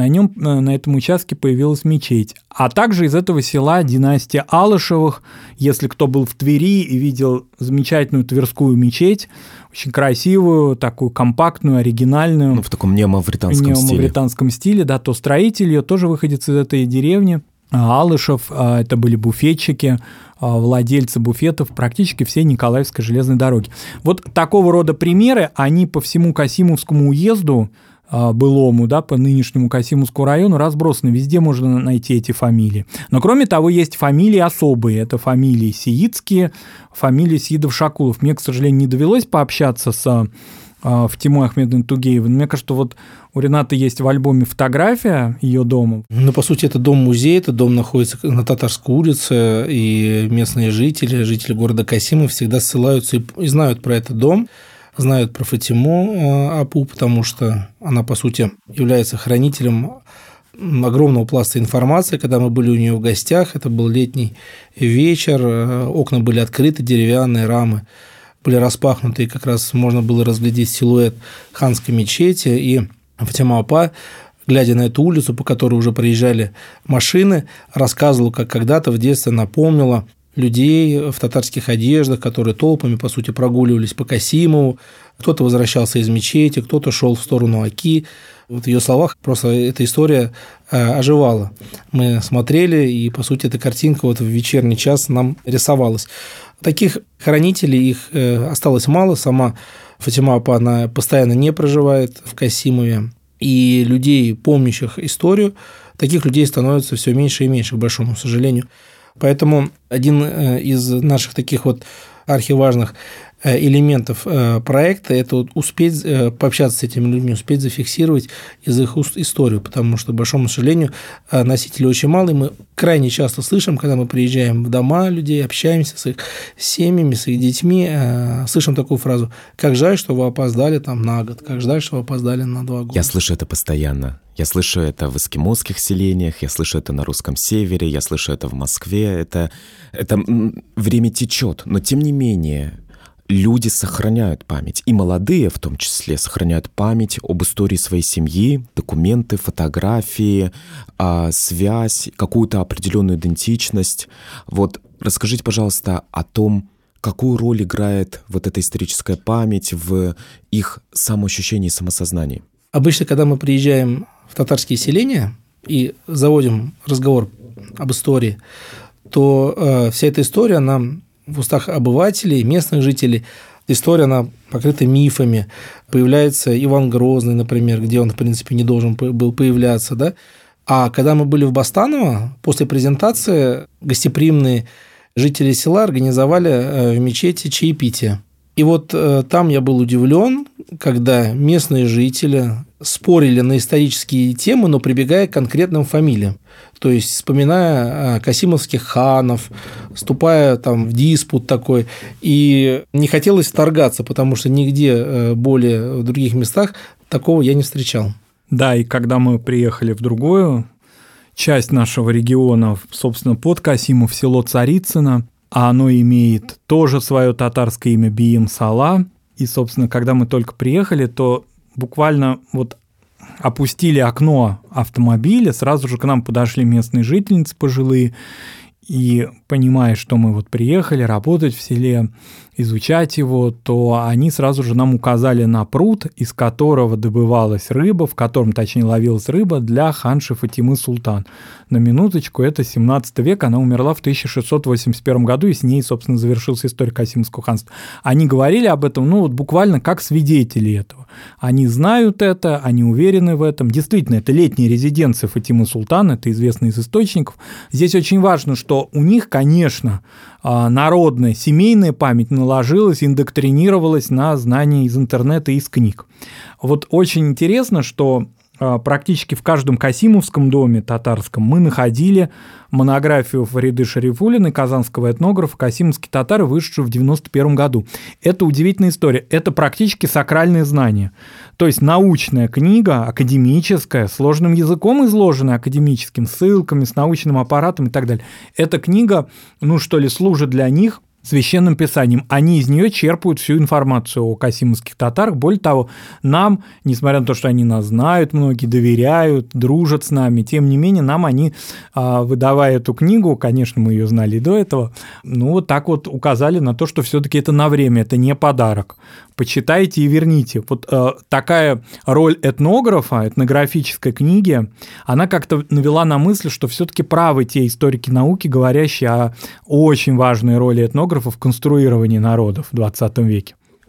На этом участке появилась мечеть. А также из этого села династия Алышевых, если кто был в Твери и видел замечательную Тверскую мечеть, очень красивую, такую компактную, оригинальную. В таком неомавританском стиле, да, то строитель ее тоже выходец из этой деревни. Алышев, это были буфетчики, владельцы буфетов, практически все Николаевской железной дороги. Вот такого рода примеры, они по всему Касимовскому уезду былому, да, по нынешнему Касимовскому району разбросаны, везде можно найти эти фамилии. Но кроме того, есть фамилии особые, это фамилии сиитские, фамилии Сиидов-Шакулов. Мне, к сожалению, не довелось пообщаться с Фатимой Ахмедовной Тугеевой, но мне кажется, что вот у Ренаты есть в альбоме фотография ее дома. Ну, по сути, это дом-музей, этот дом находится на Татарской улице, и местные жители города Касимов всегда ссылаются и знают про этот дом, знают про Фатиму Апу, потому что она, по сути, является хранителем огромного пласта информации. Когда мы были у нее в гостях, это был летний вечер, окна были открыты, деревянные рамы были распахнуты, и как раз можно было разглядеть силуэт ханской мечети, и Фатима Апа, глядя на эту улицу, по которой уже проезжали машины, рассказывала, как когда-то в детстве она помнила людей в татарских одеждах, которые толпами, по сути, прогуливались по Касимову. Кто-то возвращался из мечети, кто-то шел в сторону Оки. Вот в ее словах просто эта история оживала. Мы смотрели, и, по сути, эта картинка вот в вечерний час нам рисовалась. Таких хранителей их осталось мало. Сама Фатима Апа, она постоянно не проживает в Касимове. И людей, помнящих историю, таких людей становится все меньше и меньше, к большому сожалению. Поэтому один из наших таких вот архиважных элементов проекта – это вот успеть пообщаться с этими людьми, успеть зафиксировать из их уст историю, потому что, к большому сожалению, носителей очень мало, и мы крайне часто слышим, когда мы приезжаем в дома людей, общаемся с их семьями, с их детьми, слышим такую фразу: «Как жаль, что вы опоздали там на год, как жаль, что вы опоздали на 2 года». Я слышу это постоянно. Я слышу это в эскимосских селениях, я слышу это на русском севере, я слышу это в Москве. Это время течет, но тем не менее люди сохраняют память, и молодые в том числе сохраняют память об истории своей семьи, документы, фотографии, связь, какую-то определенную идентичность. Вот расскажите, пожалуйста, о том, какую роль играет вот эта историческая память в их самоощущении и самосознании. Обычно, когда мы приезжаем в татарские селения и заводим разговор об истории, то вся эта история, она в устах обывателей, местных жителей, история, она покрыта мифами. Появляется Иван Грозный, например, где он, в принципе, не должен был появляться, да? А когда мы были в Бастаново, после презентации гостеприимные жители села организовали в мечети чаепитие. И вот там я был удивлен, когда местные жители спорили на исторические темы, но прибегая к конкретным фамилиям. То есть, вспоминая касимовских ханов, вступая там в диспут такой. И не хотелось вторгаться, потому что нигде более в других местах такого я не встречал. Да, и когда мы приехали в другую часть нашего региона, собственно, под Касимов, село Царицыно, а оно имеет тоже свое татарское имя Бием-Сала. И, собственно, когда мы только приехали, то буквально вот опустили окно автомобиля, сразу же к нам подошли местные жительницы пожилые, и понимая, что мы вот приехали работать в селе, изучать его, то они сразу же нам указали на пруд, из которого добывалась рыба, в котором, точнее, ловилась рыба для ханши Фатимы Султан. На минуточку, это 17 век, она умерла в 1681 году, и с ней, собственно, завершилась история Касимовского ханства. Они говорили об этом, ну вот буквально как свидетели этого. Они знают это, они уверены в этом. Действительно, это летняя резиденция Фатимы Султан, это известно из источников. Здесь очень важно, что у них, конечно, народная семейная память наложилась, индоктринировалась на знания из интернета и из книг. Вот очень интересно, что практически в каждом касимовском доме татарском мы находили монографию Фариды Шарифуллиной, казанского этнографа, «Касимовские татары», вышедшую в 1991 году. Это удивительная история. Это практически сакральные знания. То есть научная книга, академическая, сложным языком изложенная, академическим, ссылками, с научным аппаратом и так далее. Эта книга, служит для них священным писанием. Они из нее черпают всю информацию о касимовских татарах. Более того, нам, несмотря на то, что они нас знают, многие доверяют, дружат с нами, тем не менее, нам они, выдавая эту книгу, конечно, мы ее знали и до этого, вот так вот указали на то, что все-таки это на время, это не подарок. Почитайте и верните. Вот такая роль этнографа, этнографической книги, она как-то навела на мысль, что все-таки правы те историки науки, говорящие о очень важной роли этнографа в конструировании народов в 20 веке.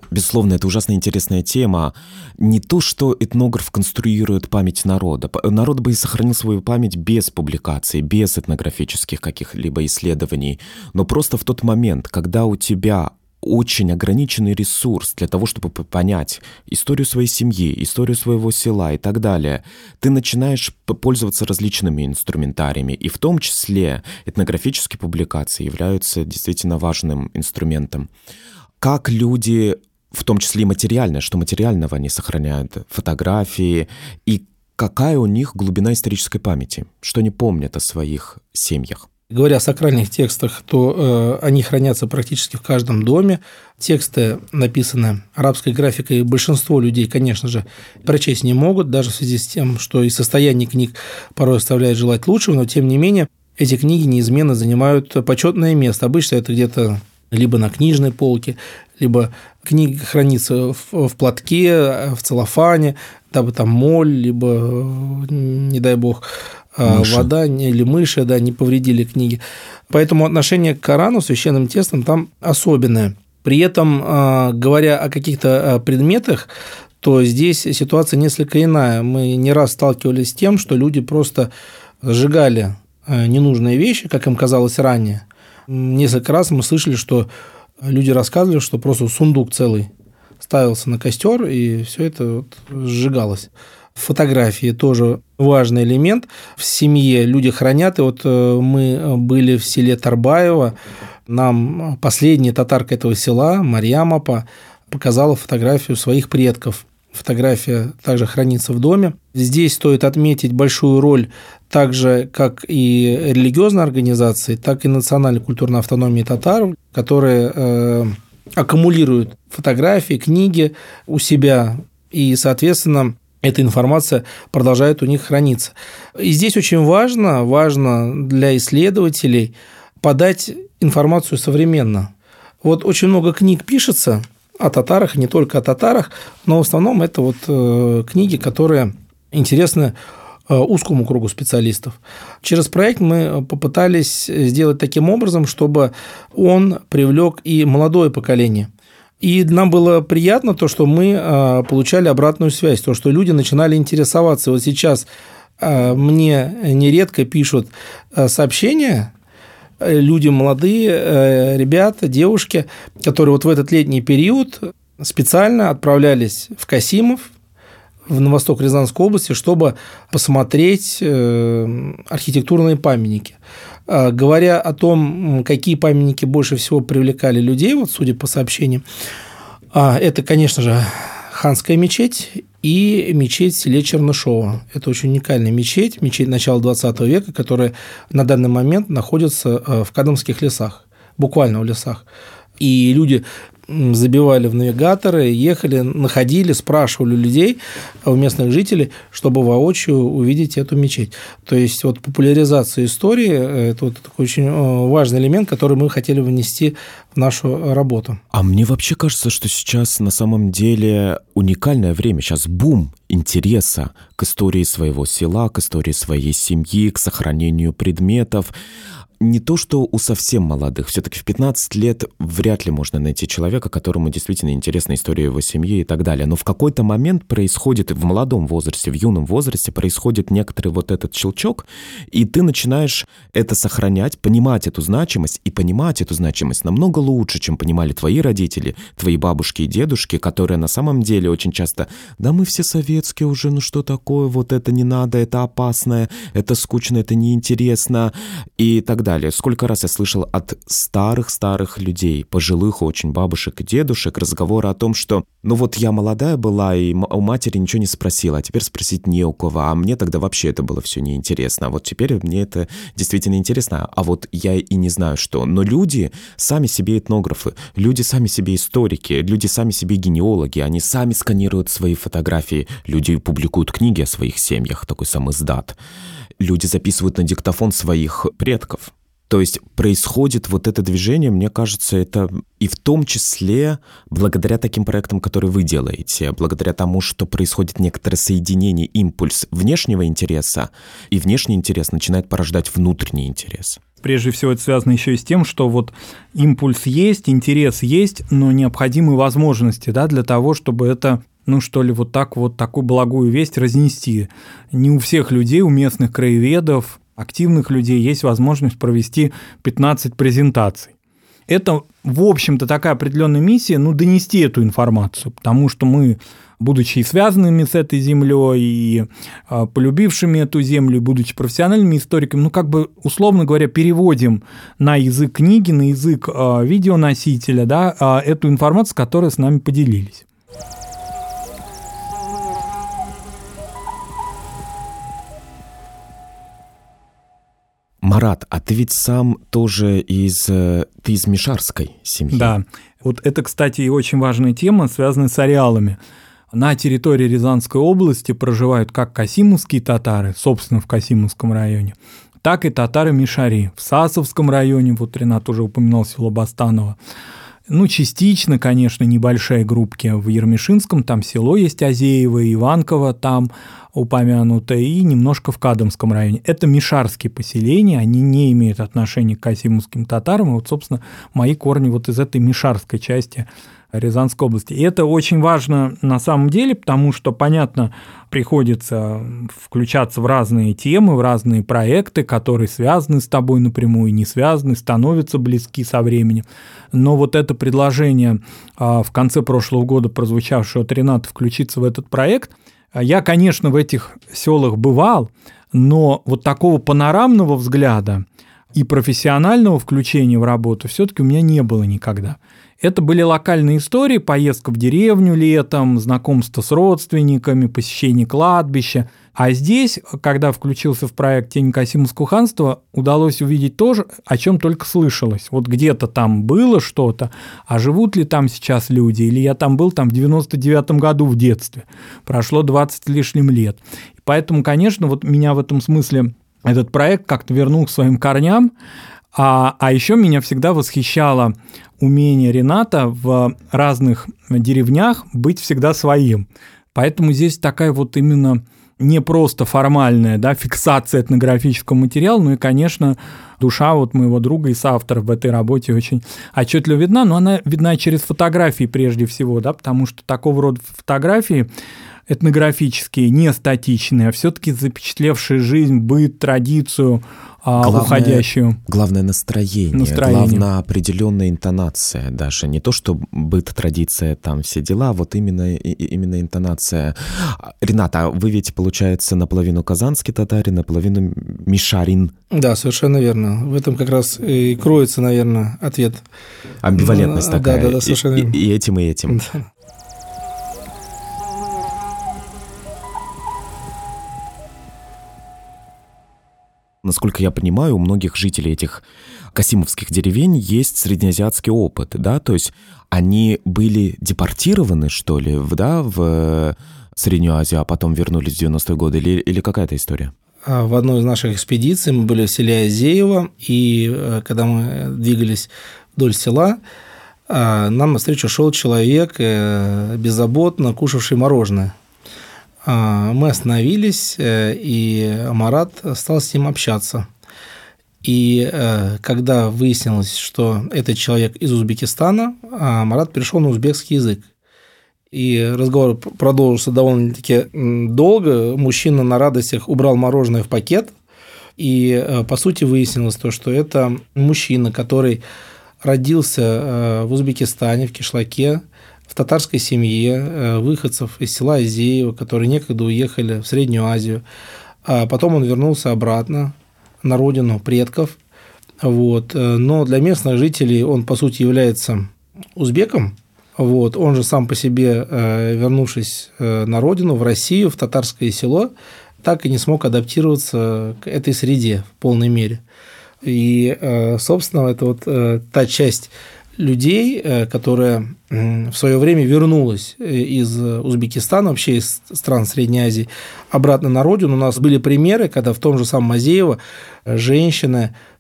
Безусловно, это ужасно интересная тема. Не то, что этнограф конструирует память народа. Народ бы и сохранил свою память без публикаций, без этнографических каких-либо исследований. Но просто в тот момент, когда у тебя очень ограниченный ресурс для того, чтобы понять историю своей семьи, историю своего села и так далее, ты начинаешь пользоваться различными инструментариями, и в том числе этнографические публикации являются действительно важным инструментом. Как люди, в том числе и материальное, что материального они сохраняют, фотографии, и какая у них глубина исторической памяти, что они помнят о своих семьях. Говоря о сакральных текстах, то они хранятся практически в каждом доме. Тексты написаны арабской графикой, и большинство людей, конечно же, прочесть не могут, даже в связи с тем, что и состояние книг порой оставляет желать лучшего, но тем не менее эти книги неизменно занимают почетное место. Обычно это где-то либо на книжной полке, либо книга хранится в платке, в целлофане, дабы там моль, либо, не дай бог, мыши. Вода или мыши, да, не повредили книги. Поэтому отношение к Корану, священным текстам, там особенное. При этом, говоря о каких-то предметах, то здесь ситуация несколько иная. Мы не раз сталкивались с тем, что люди просто сжигали ненужные вещи, как им казалось ранее. Несколько раз мы слышали, что люди рассказывали, что просто сундук целый ставился на костер, и все это сжигалось. Фотографии тоже важный элемент. В семье люди хранят. И вот мы были в селе Тарбаево. Нам последняя татарка этого села, Марьям апа, показала фотографию своих предков. Фотография также хранится в доме. Здесь стоит отметить большую роль так же, как и религиозной организации, так и национальной культурной автономии татар, которые аккумулируют фотографии, книги у себя, и, соответственно, эта информация продолжает у них храниться. И здесь очень важно для исследователей подать информацию современно. Вот очень много книг пишется о татарах, не только о татарах, но в основном это вот книги, которые интересны узкому кругу специалистов. Через проект мы попытались сделать таким образом, чтобы он привлек и молодое поколение. И нам было приятно то, что мы получали обратную связь, то, что люди начинали интересоваться. Вот сейчас мне нередко пишут сообщения, люди молодые, ребята, девушки, которые вот в этот летний период специально отправлялись в Касимов, на восток Рязанской области, чтобы посмотреть архитектурные памятники. Говоря о том, какие памятники больше всего привлекали людей, вот судя по сообщениям, это, конечно же, Ханская мечеть и мечеть в селе Чернышово. Это очень уникальная мечеть начала XX века, которая на данный момент находится в Кадамских лесах, буквально в лесах. И люди забивали в навигаторы, ехали, находили, спрашивали у людей, у местных жителей, чтобы воочию увидеть эту мечеть. То есть вот популяризация истории – это вот такой очень важный элемент, который мы хотели внести в нашу работу. А мне вообще кажется, что сейчас на самом деле уникальное время, сейчас бум интереса к истории своего села, к истории своей семьи, к сохранению предметов. Не то, что у совсем молодых. Все-таки в 15 лет вряд ли можно найти человека, которому действительно интересна история его семьи и так далее. Но в какой-то момент происходит, в молодом возрасте, в юном возрасте, происходит некоторый вот этот щелчок, и ты начинаешь это сохранять, понимать эту значимость, и понимать эту значимость намного лучше, чем понимали твои родители, твои бабушки и дедушки, которые на самом деле очень часто: да мы все советские уже, ну что такое, вот это не надо, это опасно, это скучно, это неинтересно и так далее. Сколько раз я слышал от старых людей, пожилых очень бабушек и дедушек, разговоры о том, что ну вот я молодая была и у матери ничего не спросила, а теперь спросить не у кого, а мне тогда вообще это было все неинтересно, а вот теперь мне это действительно интересно, а вот я и не знаю что. Но люди сами себе этнографы, люди сами себе историки, люди сами себе генеалоги, они сами сканируют свои фотографии, люди публикуют книги о своих семьях, такой сам издат, люди записывают на диктофон своих предков. То есть происходит вот это движение, мне кажется, это и в том числе благодаря таким проектам, которые вы делаете, благодаря тому, что происходит некоторое соединение, импульс внешнего интереса, и внешний интерес начинает порождать внутренний интерес. Прежде всего, это связано еще и с тем, что вот импульс есть, интерес есть, но необходимы возможности, да, для того, чтобы это, вот такую благую весть разнести. Не у всех людей, у местных краеведов, активных людей есть возможность провести 15 презентаций. Это, в общем-то, такая определенная миссия, донести эту информацию, потому что мы, будучи связанными с этой землей и полюбившими эту землю, и будучи профессиональными историками, условно говоря, переводим на язык книги, на язык видеоносителя, да, эту информацию, которой с нами поделились. Марат, а ты ведь сам тоже из мишарской семьи. Да, вот это, кстати, и очень важная тема, связанная с ареалами. На территории Рязанской области проживают как касимовские татары, собственно, в Касимовском районе, так и татары-мишари. В Сасовском районе, вот Ренат уже упоминал село Бастаново. Частично, конечно, небольшие группки в Ермешинском, там село есть Азеево, Иванково там упомянуто, и немножко в Кадамском районе. Это мишарские поселения, они не имеют отношения к касимовским татарам, и вот, собственно, мои корни вот из этой мишарской части Рязанской области. И это очень важно на самом деле, потому что, понятно, приходится включаться в разные темы, в разные проекты, которые связаны с тобой напрямую, не связаны, становятся близки со временем. Но вот это предложение в конце прошлого года, прозвучавшее от Рената, включиться в этот проект, я, конечно, в этих селах бывал, но вот такого панорамного взгляда и профессионального включения в работу все-таки у меня не было никогда. Это были локальные истории, поездка в деревню летом, знакомство с родственниками, посещение кладбища. А здесь, когда включился в проект «Тень Касимовского ханства», удалось увидеть то, о чем только слышалось. Вот где-то там было что-то, а живут ли там сейчас люди, или я там был в 99-м году в детстве. Прошло 20 с лишним лет. И поэтому, конечно, вот меня в этом смысле этот проект как-то вернул к своим корням. А еще меня всегда восхищало умение Рената в разных деревнях быть всегда своим. Поэтому здесь такая вот именно не просто формальная, да, фиксация этнографического материала, но и, конечно, душа вот моего друга и соавтора в этой работе очень отчетливо видна, но она видна через фотографии прежде всего, да, потому что такого рода фотографии этнографические, не статичные, а все-таки запечатлевшие жизнь, быт, традицию, уходящую. Главное настроение, главное определенная интонация даже. Не то, что быт, традиция, там все дела, вот именно интонация. Ренат, а вы ведь, получается, наполовину казанский татарин, наполовину мишарин. Да, совершенно верно. В этом как раз и кроется, наверное, ответ. Амбивалентность такая. Да, совершенно верно. И этим, и этим. Да. Насколько я понимаю, у многих жителей этих касимовских деревень есть среднеазиатский опыт, да, то есть они были депортированы, что ли, в Среднюю Азию, а потом вернулись в 90-е годы, или какая-то история? В одной из наших экспедиций мы были в селе Азеево, и когда мы двигались вдоль села, нам навстречу шел человек, беззаботно кушавший мороженое. Мы остановились, и Марат стал с ним общаться. И когда выяснилось, что этот человек из Узбекистана, Марат перешел на узбекский язык. И разговор продолжился довольно-таки долго. Мужчина на радостях убрал мороженое в пакет. И, по сути, выяснилось то, что это мужчина, который родился в Узбекистане, в Кишлаке, в татарской семье, выходцев из села Азеево, которые некогда уехали в Среднюю Азию. А потом он вернулся обратно на родину предков. Вот. Но для местных жителей он, по сути, является узбеком. Вот. Он же сам по себе, вернувшись на родину, в Россию, в татарское село, так и не смог адаптироваться к этой среде в полной мере. И, собственно, это вот та часть людей, которая в свое время вернулась из Узбекистана, вообще из стран Средней Азии, обратно на родину. У нас были примеры, когда в том же самом Азеево женщины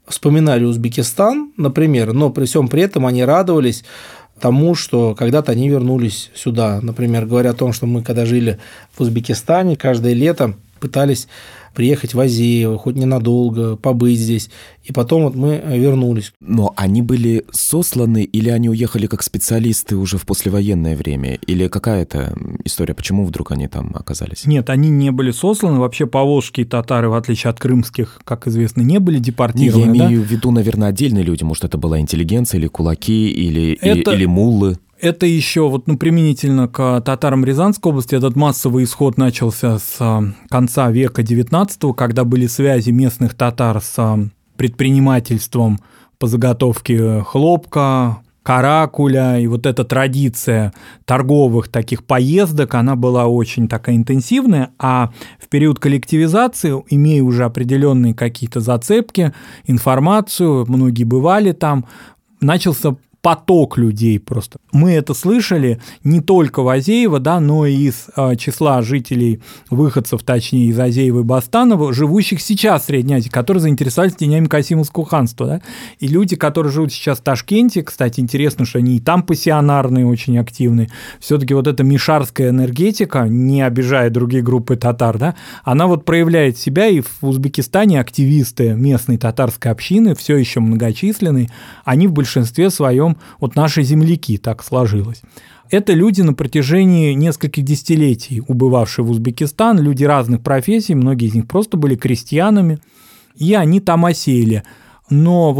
вспоминали Узбекистан, например, но при всем при этом они радовались тому, что когда-то они вернулись сюда. Например, говоря о том, что мы, когда жили в Узбекистане, каждое лето пытались приехать в Азеево, хоть ненадолго, побыть здесь, и потом вот мы вернулись. Но они были сосланы или они уехали как специалисты уже в послевоенное время? Или какая-то история, почему вдруг они там оказались? Нет, они не были сосланы. Вообще поволжские татары, в отличие от крымских, как известно, не были депортированы. Я имею в виду, наверное, отдельные люди. Может, это была интеллигенция или кулаки, или муллы? Это еще применительно к татарам Рязанской области. Этот массовый исход начался с конца века XIX, когда были связи местных татар с предпринимательством по заготовке хлопка, каракуля, и вот эта традиция торговых таких поездок, она была очень такая интенсивная, а в период коллективизации, имея уже определенные какие-то зацепки, информацию, многие бывали там, начался поток людей просто. Мы это слышали не только в Азеево, но и из числа жителей, выходцев, точнее, из Азеева и Бостанова, живущих сейчас в Средней Азии, которые заинтересовались тенями Касимовского ханства. Да? И люди, которые живут сейчас в Ташкенте, кстати, интересно, что они и там пассионарные, очень активные, все-таки вот эта мишарская энергетика, не обижая другие группы татар, она проявляет себя, и в Узбекистане активисты местной татарской общины, все еще многочисленные, они в большинстве своем наши земляки, так сложилось. Это люди на протяжении нескольких десятилетий убывавшие в Узбекистан, люди разных профессий, многие из них просто были крестьянами, и они там осели. Но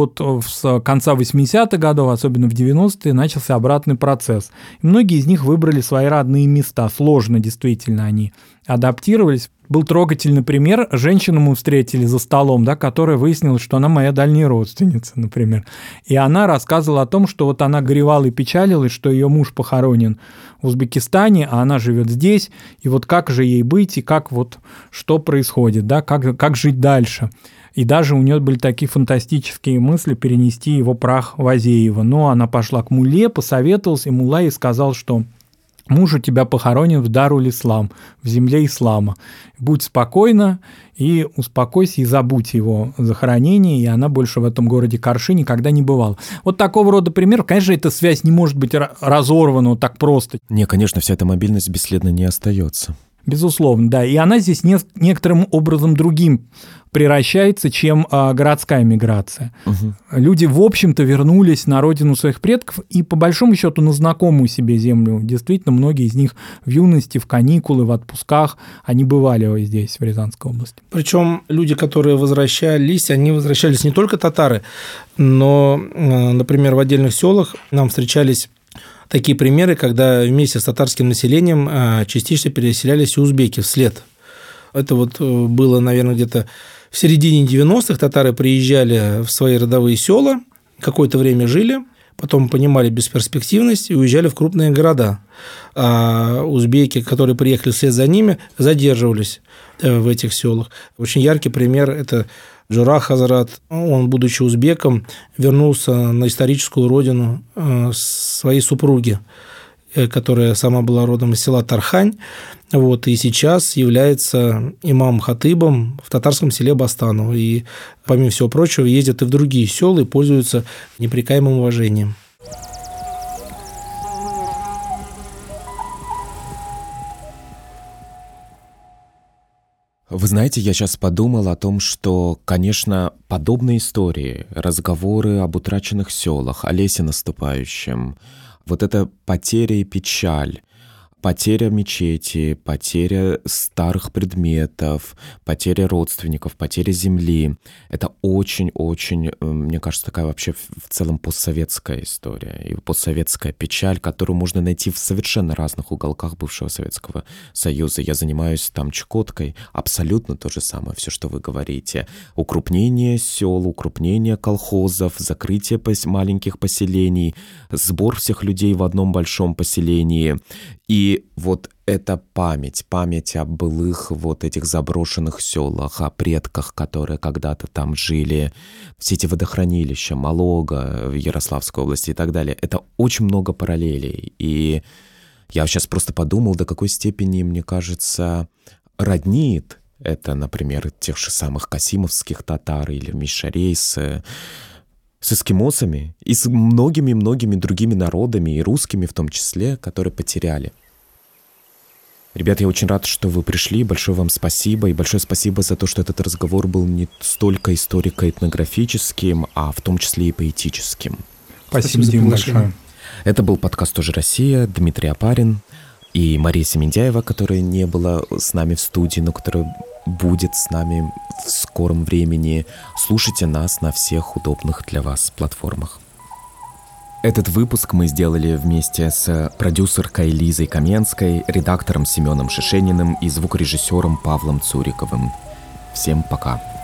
с конца 80-х годов, особенно в 90-е, начался обратный процесс. И многие из них выбрали свои родные места. Сложно, действительно, они адаптировались. Был трогательный пример. Женщину мы встретили за столом, которая выяснилась, что она моя дальняя родственница, например. И она рассказывала о том, что она горевала и печалилась, что ее муж похоронен в Узбекистане, а она живет здесь. И как же ей быть, и что происходит, как жить дальше. И даже у нее были такие фантастические мысли перенести его прах в Азеево. Но она пошла к мулле, посоветовалась, и мулла ей сказал, что муж у тебя похоронен в Даруль-Ислам, в земле ислама. Будь спокойна и успокойся, и забудь его захоронение, и она больше в этом городе Карши никогда не бывала. Такого рода пример. Конечно, эта связь не может быть разорвана так просто. Не, конечно, вся эта мобильность бесследно не остается. Безусловно, да. И она здесь некоторым образом другим превращается, чем городская миграция. Угу. Люди, в общем-то, вернулись на родину своих предков и, по большому счету, на знакомую себе землю. Действительно, многие из них в юности, в каникулы, в отпусках, они бывали здесь, в Рязанской области. Причем люди, которые возвращались, они возвращались не только татары, но, например, в отдельных селах нам встречались такие примеры, когда вместе с татарским населением частично переселялись и узбеки вслед. Это было, наверное, где-то в середине 90-х. Татары приезжали в свои родовые села, какое-то время жили, потом понимали бесперспективность и уезжали в крупные города. А узбеки, которые приехали вслед за ними, задерживались в этих селах. Очень яркий пример – это Джурах Хазрат. Он, будучи узбеком, вернулся на историческую родину своей супруги, которая сама была родом из села Тархань, и сейчас является имам-хатыбом в татарском селе Бостану. И, помимо всего прочего, ездят и в другие села и пользуются непрекаемым уважением. Вы знаете, я сейчас подумал о том, что, конечно, подобные истории, разговоры об утраченных селах, о лесе наступающем, эта потеря и печаль, потеря мечети, потеря старых предметов, потеря родственников, потеря земли. Это очень-очень, мне кажется, такая вообще в целом постсоветская история и постсоветская печаль, которую можно найти в совершенно разных уголках бывшего Советского Союза. Я занимаюсь там Чукоткой, абсолютно то же самое, все, что вы говорите. Укрупнение сел, укрупнение колхозов, закрытие маленьких поселений, сбор всех людей в одном большом поселении. И эта память о былых этих заброшенных селах, о предках, которые когда-то там жили, все эти водохранилища, Малога в Ярославской области и так далее, это очень много параллелей. И я сейчас просто подумал, до какой степени, мне кажется, роднит Это, например, тех же самых касимовских татар или мишарей с эскимосами и с многими-многими другими народами, и русскими в том числе, которые потеряли. Ребят, я очень рад, что вы пришли. Большое вам спасибо. И большое спасибо за то, что этот разговор был не столько историко-этнографическим, а в том числе и поэтическим. Спасибо, Дим, большое. Это был подкаст «Тоже Россия», Дмитрий Опарин и Мария Семендяева, которая не была с нами в студии, но которая будет с нами в скором времени. Слушайте нас на всех удобных для вас платформах. Этот выпуск мы сделали вместе с продюсеркой Лизой Каменской, редактором Семеном Шишениным и звукорежиссером Павлом Цуриковым. Всем пока.